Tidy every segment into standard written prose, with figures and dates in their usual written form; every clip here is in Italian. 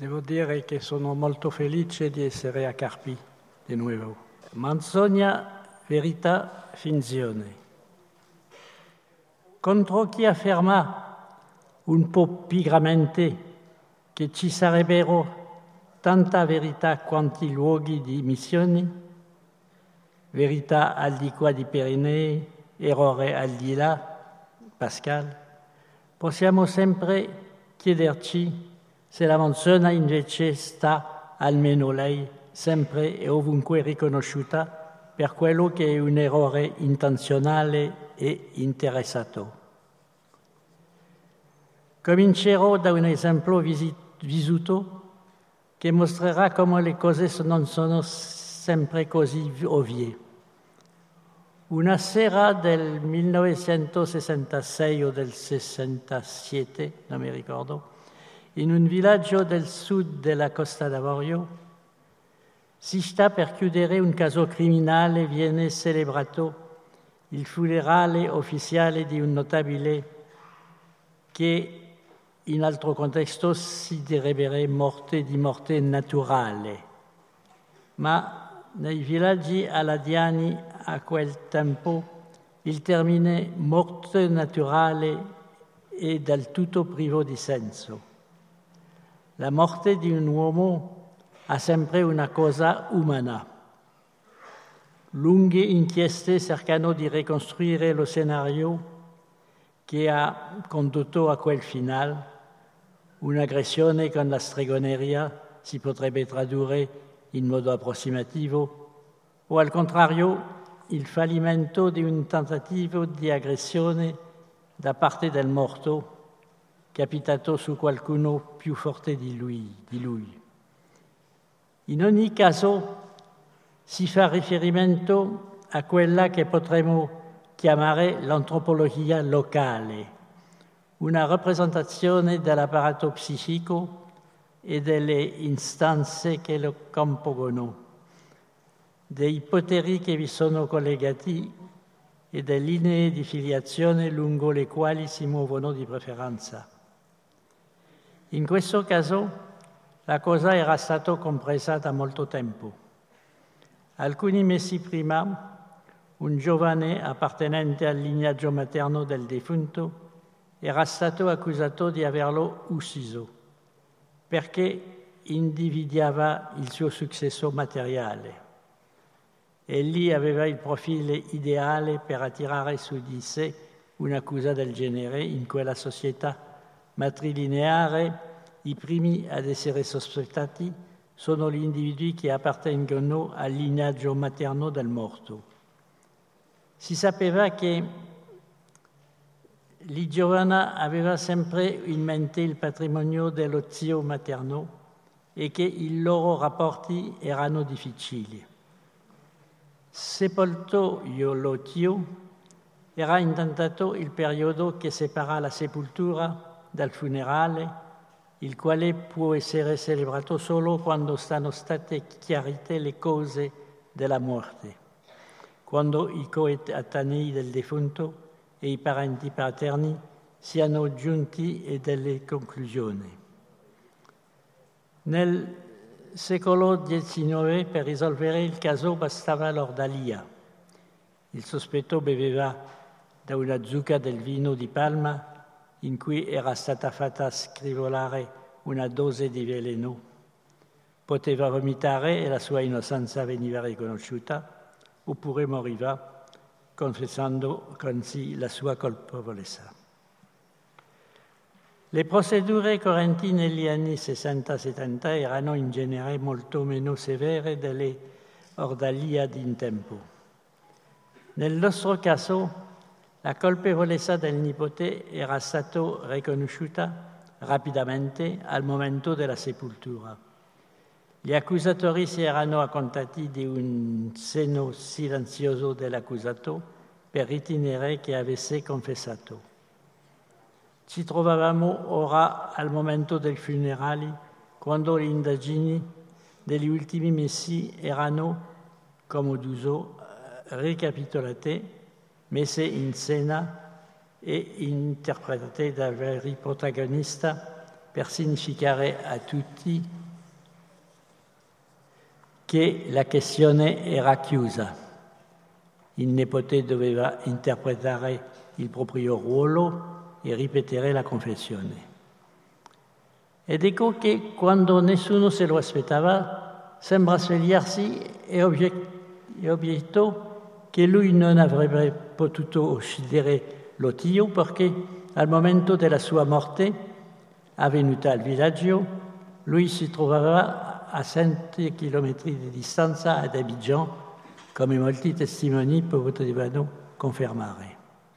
Devo dire che sono molto felice di essere a Carpi di nuovo. Menzogna, verità, finzione. Contro chi afferma un po' pigramente che ci sarebbero tanta verità quanti luoghi di missione, verità al di qua di Pirenei, errore al di là, Pascal, possiamo sempre chiederci se la menzogna invece sta, almeno lei, sempre e ovunque riconosciuta per quello che è un errore intenzionale e interessato. Comincerò da un esempio vissuto che mostrerà come le cose non sono sempre così ovvie. Una sera del 1966 o del 67, non mi ricordo, in un villaggio del sud della Costa d'Avorio, si sta per chiudere un caso criminale, viene celebrato il funerale ufficiale di un notabile che in altro contesto si direbbe morte naturale. Ma nei villaggi aladiani a quel tempo il termine morte naturale è del tutto privo di senso. La morte di un uomo ha sempre una cosa umana. Lunghe inchieste cercano di ricostruire lo scenario che ha condotto a quel finale. Un'aggressione con la stregoneria si potrebbe tradurre in modo approssimativo, o al contrario il fallimento di un tentativo di aggressione da parte del morto capitato su qualcuno più forte di lui. In ogni caso si fa riferimento a quella che potremmo chiamare l'antropologia locale, una rappresentazione dell'apparato psichico e delle istanze che lo compongono, dei poteri che vi sono collegati e delle linee di filiazione lungo le quali si muovono di preferenza. In questo caso la cosa era stata compresa da molto tempo. Alcuni mesi prima, un giovane appartenente al lignaggio materno del defunto era stato accusato di averlo ucciso perché invidiava il suo successo materiale. Egli aveva il profilo ideale per attirare su di sé un'accusa del genere in quella società matrilineare. I primi ad essere sospettati sono gli individui che appartengono al lignaggio materno del morto. Si sapeva che il giovane aveva sempre in mente il patrimonio dello zio materno e che i loro rapporti erano difficili. Sepolto lo zio, era intentato il periodo che separa la sepoltura dal funerale, il quale può essere celebrato solo quando stanno state chiarite le cause della morte, quando i coetanei del defunto e i parenti paterni siano giunti a delle conclusioni. Nel secolo XIX per risolvere il caso bastava l'ordalia. Il sospetto beveva da una zucca del vino di Palma in cui era stata fatta scrivolare una dose di veleno. Poteva vomitare e la sua innocenza veniva riconosciuta, oppure moriva confessando così la sua colpevolezza. Le procedure correnti negli anni 60-70 erano in genere molto meno severe delle ordalia d'un tempo. Nel nostro caso, la colpevolezza del nipote era stata riconosciuta rapidamente al momento della sepoltura. Gli accusatori si erano accontenti di un cenno silenzioso dell'accusato per ritenere che avesse confessato. Ci trovavamo ora al momento dei funerali, quando le indagini degli ultimi mesi erano, come d'uso, ricapitolate, messe in scena e interpretate dai veri protagonisti per significare a tutti che la questione era chiusa. Il nipote doveva interpretare il proprio ruolo e ripetere la confessione. Ed ecco che quando nessuno se lo aspettava, sembra svegliarsi e obiettò che lui non avrebbe potuto uccidere lo zio perché al momento della sua morte, avvenuta al villaggio, lui si trovava a 100 chilometri di distanza ad Abidjan, come molti testimoni potevano confermare.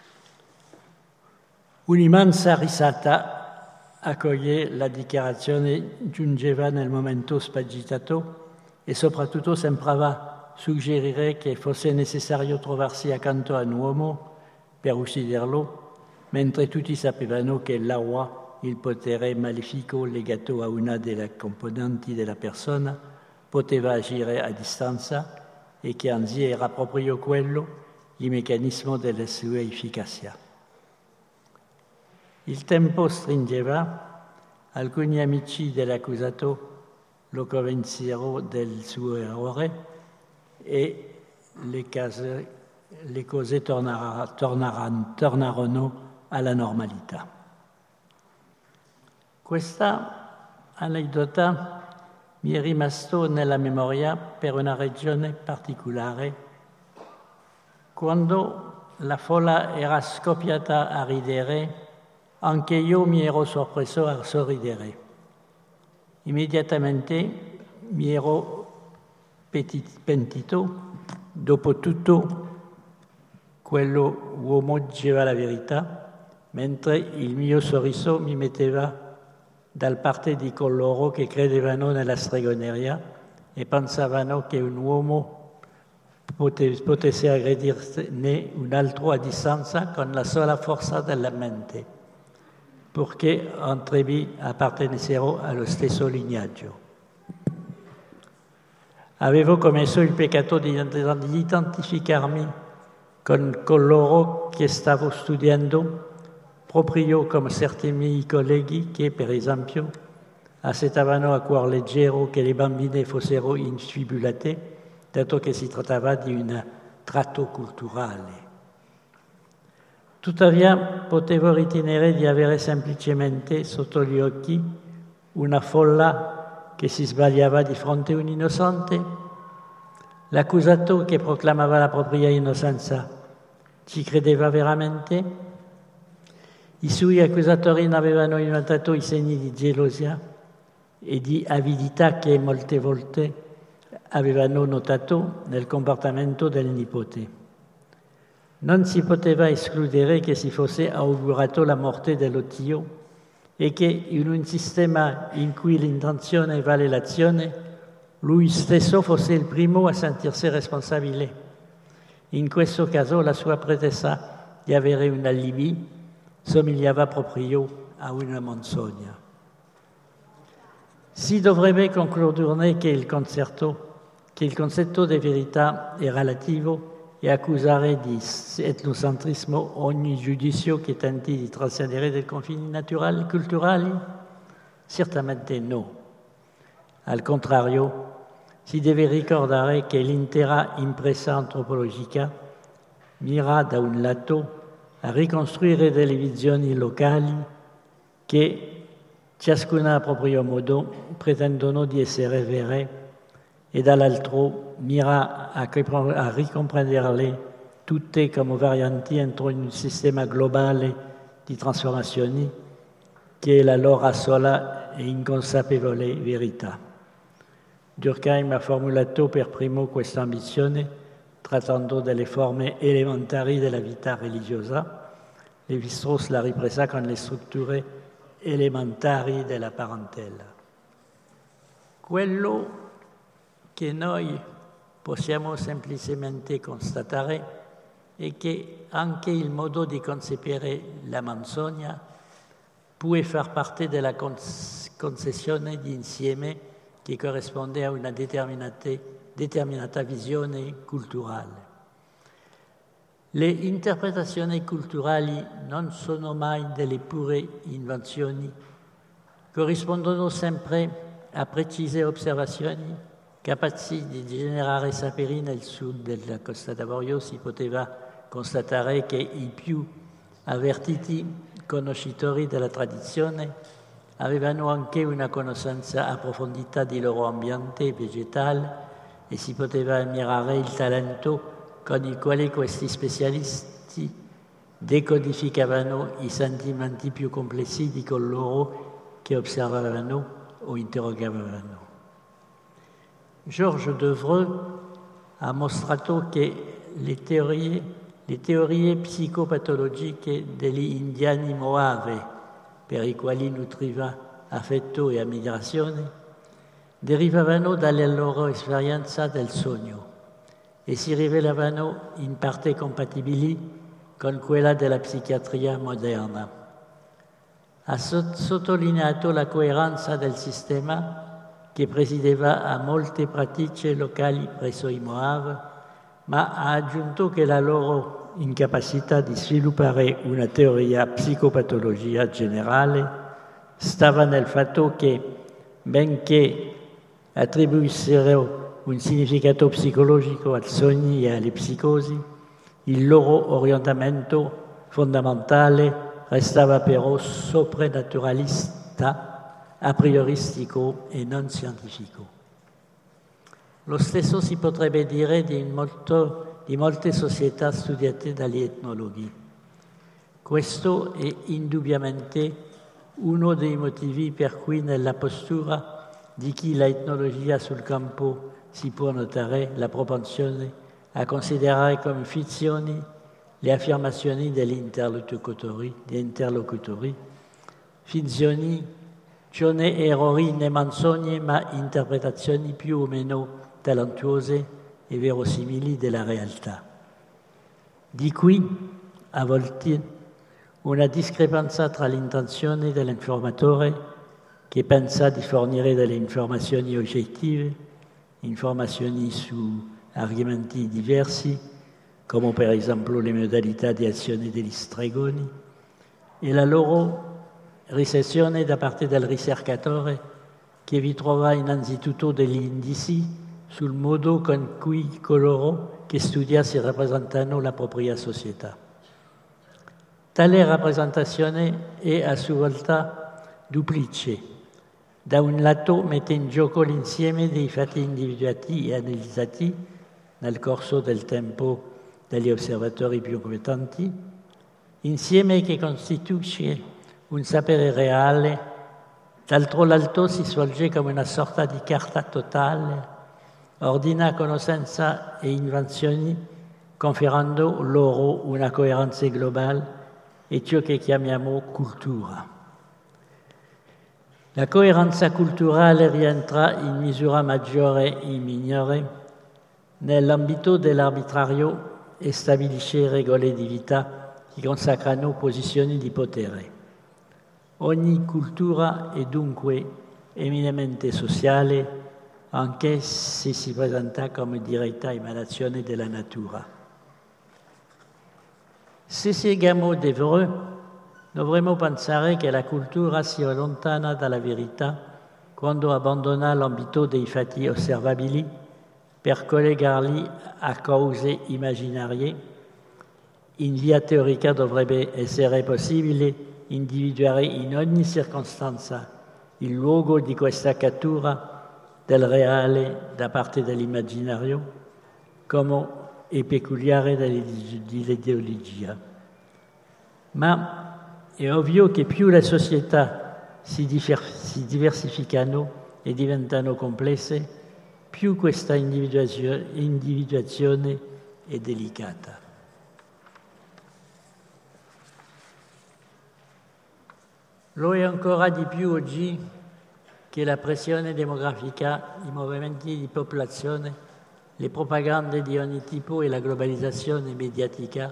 Un'immensa risata accoglie la dichiarazione, giungeva nel momento spagitato e soprattutto sembrava suggerire che fosse necessario trovarsi accanto a un uomo per ucciderlo, mentre tutti sapevano che l'aura, il potere malefico legato a una delle componenti della persona, poteva agire a distanza e che anzi era proprio quello il meccanismo della sua efficacia. Il tempo stringeva, alcuni amici dell'accusato lo convinsero del suo errore e le cose tornarono alla normalità. Questa aneddota mi è rimasto nella memoria per una ragione particolare. Quando la folla era scoppiata a ridere, anche io mi ero sorpreso a sorridere. Immediatamente mi ero pentito. Dopo tutto, quell'uomo diceva la verità, mentre il mio sorriso mi metteva dal parte di coloro che credevano nella stregoneria e pensavano che un uomo potesse aggredirne un altro a distanza con la sola forza della mente, purché entrambi appartenessero allo stesso lignaggio. Avevo commesso il peccato di identificarmi con coloro che stavo studiando, proprio come certi miei colleghi che, per esempio, accettavano a cuor leggero che le bambine fossero infibulate, dato che si trattava di un tratto culturale. Tuttavia, potevo ritenere di avere semplicemente sotto gli occhi una folla che si sbagliava di fronte a un innocente. L'accusato che proclamava la propria innocenza ci credeva veramente? I suoi accusatori non avevano inventato i segni di gelosia e di avidità che molte volte avevano notato nel comportamento del nipote. Non si poteva escludere che si fosse augurato la morte dello zio e che in un sistema in cui l'intenzione vale l'azione, lui stesso fosse il primo a sentirsi responsabile. In questo caso la sua pretesa di avere un alibi somigliava proprio a una menzogna. Si dovrebbe concluderne che il concetto di verità è relativo e accusare di etnocentrismo ogni giudizio che tenti di trascendere dei confini naturali e culturali? Certamente no. Al contrario, si deve ricordare che l'intera impresa antropologica mira da un lato a ricostruire delle visioni locali che, ciascuna a proprio modo, pretendono di essere vere e dall'altro mira a ricomprenderle tutte come varianti entro un sistema globale di trasformazioni che è la loro sola e inconsapevole verità. Durkheim ha formulato per primo questa ambizione trattando delle forme elementari della vita religiosa. Lévi-Strauss l'ha ripresa con le strutture elementari della parentela. Quello che noi possiamo semplicemente constatare è che anche il modo di concepire la menzogna può far parte della concessione di insieme che corrisponde a una determinata visione culturale. Le interpretazioni culturali non sono mai delle pure invenzioni corrispondono sempre a precise osservazioni capaci di generare saperi nel sud della Costa d'Avorio. Si poteva constatare che i più avvertiti conoscitori della tradizione avevano anche una conoscenza approfondita del loro ambiente vegetale e si poteva ammirare il talento con il quale questi specialisti decodificavano i sentimenti più complessi di coloro che osservavano o interrogavano. Georges Devreux ha mostrato che le teorie psicopatologiche degli indiani Mojave, per i quali nutriva affetto e ammirazione, derivavano dalla loro esperienza del sogno e si rivelavano in parte compatibili con quella della psichiatria moderna. Ha sottolineato la coerenza del sistema che presiedeva a molte pratiche locali presso i Mojave, ma ha aggiunto che la loro incapacità di sviluppare una teoria psicopatologia generale stava nel fatto che, benché attribuissero un significato psicologico ai sogni e alle psicosi, il loro orientamento fondamentale restava però soprannaturalista, a prioristico e non scientifico. Lo stesso si potrebbe dire di molte società studiate dagli etnologhi. Questo è indubbiamente uno dei motivi per cui nella postura di chi la etnologia sul campo si può notare la propensione a considerare come finzioni le affermazioni degli interlocutori, finzioni, cioè né errori né menzogne, ma interpretazioni più o meno talentuose e verosimili della realtà. Di qui, a volte, una discrepanza tra l'intenzione dell'informatore che pensa di fornire delle informazioni oggettive, informazioni su argomenti diversi, come per esempio le modalità di azione degli stregoni, e la loro ricezione da parte del ricercatore che vi trova innanzitutto degli indizi sul modo con cui coloro che studia si rappresentano la propria società. Tale rappresentazione è a sua volta duplice. Da un lato mette in gioco l'insieme dei fatti individuati e analizzati nel corso del tempo dagli osservatori più competenti, insieme che costituisce un sapere reale, d'altro lato si svolge come una sorta di carta totale, ordina conoscenza e invenzioni, conferendo loro una coerenza globale e ciò che chiamiamo cultura. La coerenza culturale rientra in misura maggiore e minore nell'ambito dell'arbitrario e stabilisce regole di vita che consacrano posizioni di potere. Ogni cultura è dunque eminentemente sociale, anche se si presenta come diretta emanazione della natura. Se seguiamo Devreux, dovremmo pensare che la cultura sia lontana dalla verità quando abbandona l'ambito dei fatti osservabili per collegarli a cause immaginarie. In via teorica dovrebbe essere possibile individuare in ogni circostanza il luogo di questa cattura del reale da parte dell'immaginario, come è peculiare dell'ideologia. Ma è ovvio che più le società si diversificano e diventano complesse, più questa individuazione è delicata. Lo è ancora di più oggi che la pressione demografica, i movimenti di popolazione, le propagande di ogni tipo e la globalizzazione mediatica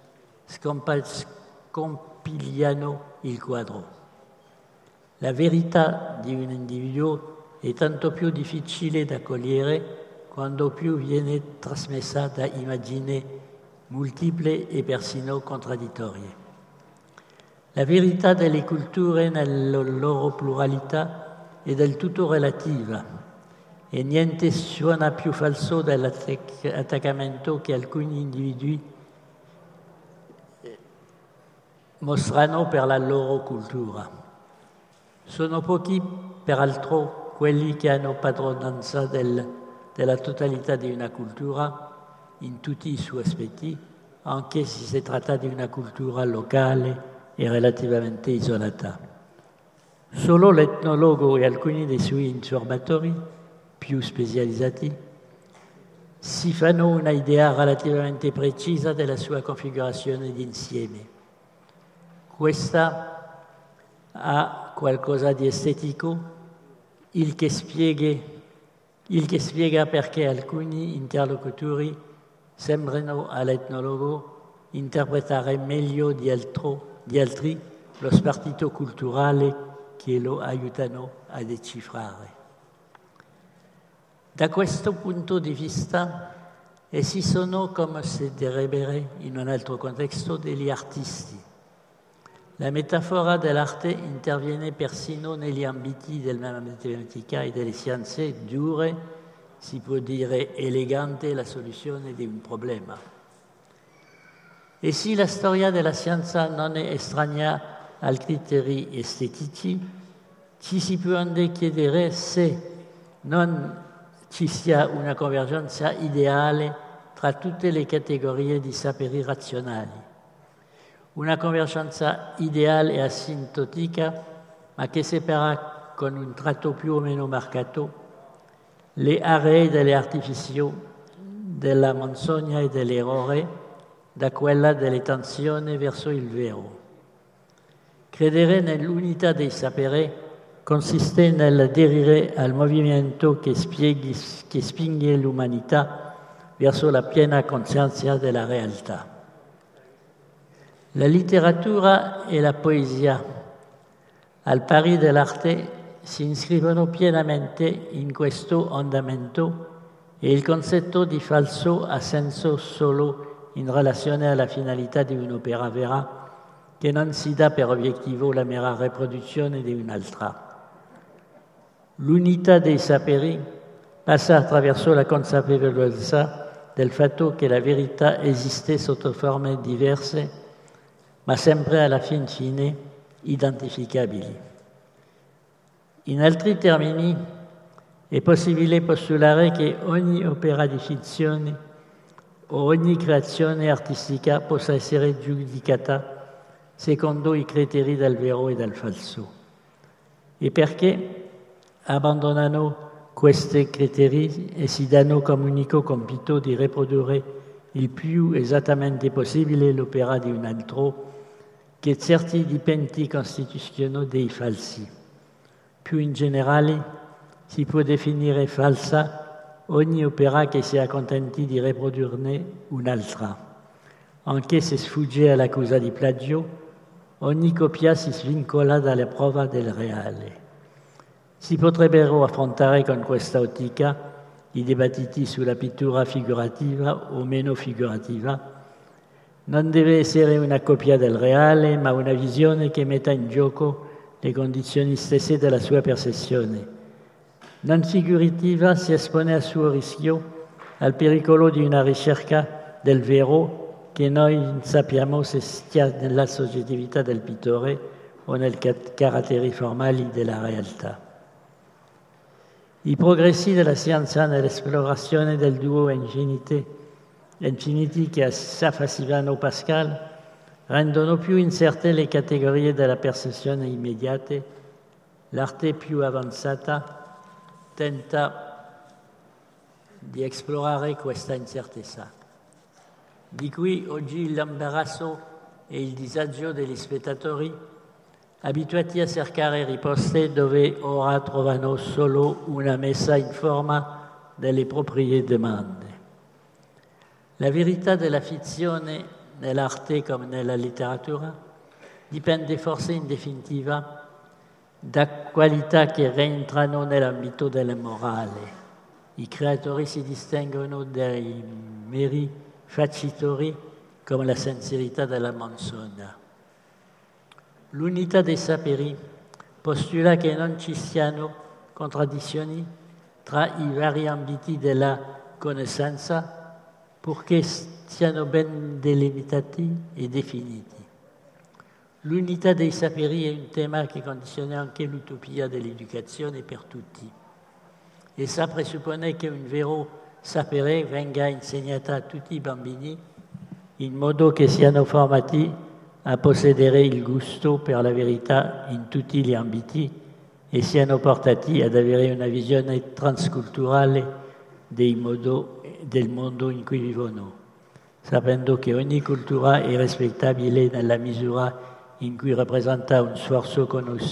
scompigliano il quadro. La verità di un individuo è tanto più difficile da cogliere quando più viene trasmessa da immagini multiple e persino contraddittorie. La verità delle culture nella loro pluralità è del tutto relativa e niente suona più falso dell'attaccamento che alcuni individui mostrano per la loro cultura. Sono pochi, peraltro, quelli che hanno padronanza della totalità di una cultura in tutti i suoi aspetti, anche se si tratta di una cultura locale e relativamente isolata. Solo l'etnologo e alcuni dei suoi informatori più specializzati si fanno una idea relativamente precisa della sua configurazione d'insieme. Questa ha qualcosa di estetico, il che spiega perché alcuni interlocutori sembrano all'etnologo interpretare meglio di altri lo spartito culturale che lo aiutano a decifrare. Da questo punto di vista, essi sono, come si direbbe in un altro contesto, degli artisti. La metafora dell'arte interviene persino negli ambiti della matematica e delle scienze dure, si può dire elegante, la soluzione di un problema. E se la storia della scienza non è estranea ai criteri estetici, ci si può anche chiedere se non ci sia una convergenza ideale tra tutte le categorie di saperi razionali. Una convergenza ideale e asintotica, ma che separa con un tratto più o meno marcato le aree dell'artificio, della menzogna e dell'errore da quella delle tensioni verso il vero. Credere nell'unità dei saperi consiste nell'aderire al movimento che spinge l'umanità verso la piena coscienza della realtà. La letteratura e la poesia, al pari dell'arte, si iscrivono pienamente in questo andamento e il concetto di falso ha senso solo in relazione alla finalità di un'opera vera che non si dà per obiettivo la mera riproduzione di un'altra. L'unità dei saperi passa attraverso la consapevolezza del fatto che la verità esiste sotto forme diverse, ma sempre alla fine identificabili. In altri termini, è possibile postulare che ogni opera di fizione o ogni creazione artistica possa essere giudicata secondo i criteri del vero e del falso. E perché abbandonano questi criteri e si danno come unico compito di riprodurre il più esattamente possibile l'opera di un altro, che certi dipinti costituiscono dei falsi. Più in generale, si può definire falsa ogni opera che si accontenti di riprodurne un'altra. Anche se sfugge all'accusa di plagio, ogni copia si svincola dalla prova del reale. Si potrebbero affrontare con questa ottica i dibattiti sulla pittura figurativa o meno figurativa. Non deve essere una copia del reale, ma una visione che metta in gioco le condizioni stesse della sua percezione. Non figurativa si espone a suo rischio al pericolo di una ricerca del vero che noi sappiamo se stia nella soggettività del pittore o nei caratteri formali della realtà. I progressi della scienza nell'esplorazione del duo infiniti che affascinano Pascal rendono più incerte le categorie della percezione immediate. L'arte più avanzata tenta di esplorare questa incertezza. Di qui oggi l'imbarazzo e il disagio degli spettatori, abituati a cercare risposte dove ora trovano solo una messa in forma delle proprie domande. La verità della fizione nell'arte come nella letteratura dipende forse in definitiva da qualità che rientrano nell'ambito della morale. I creatori si distinguono dai meri facitori come la sincerità della menzogna. L'unità dei saperi postula che non ci siano contraddizioni tra i vari ambiti della conoscenza purché siano ben delimitati e definiti. L'unità dei saperi è un tema che condiziona anche l'utopia dell'educazione per tutti. Essa presuppone che un vero sapere venga insegnato a tutti i bambini in modo che siano formati a possedere il gusto per la verità in tutti gli ambiti e siano portati ad avere una visione transculturale del mondo in cui vivono, sapendo che ogni cultura è rispettabile nella misura in cui rappresenta un sforzo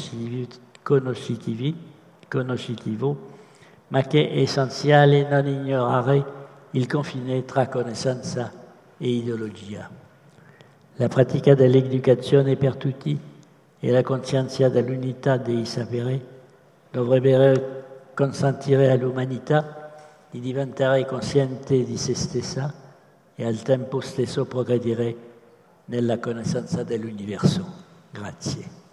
conoscitivo, ma che è essenziale non ignorare il confine tra conoscenza e ideologia. La pratica dell'educazione per tutti e la coscienza dell'unità dei saperi dovrebbero consentire all'umanità di diventare cosciente di se stessa e al tempo stesso progredire nella conoscenza dell'universo. Grazie.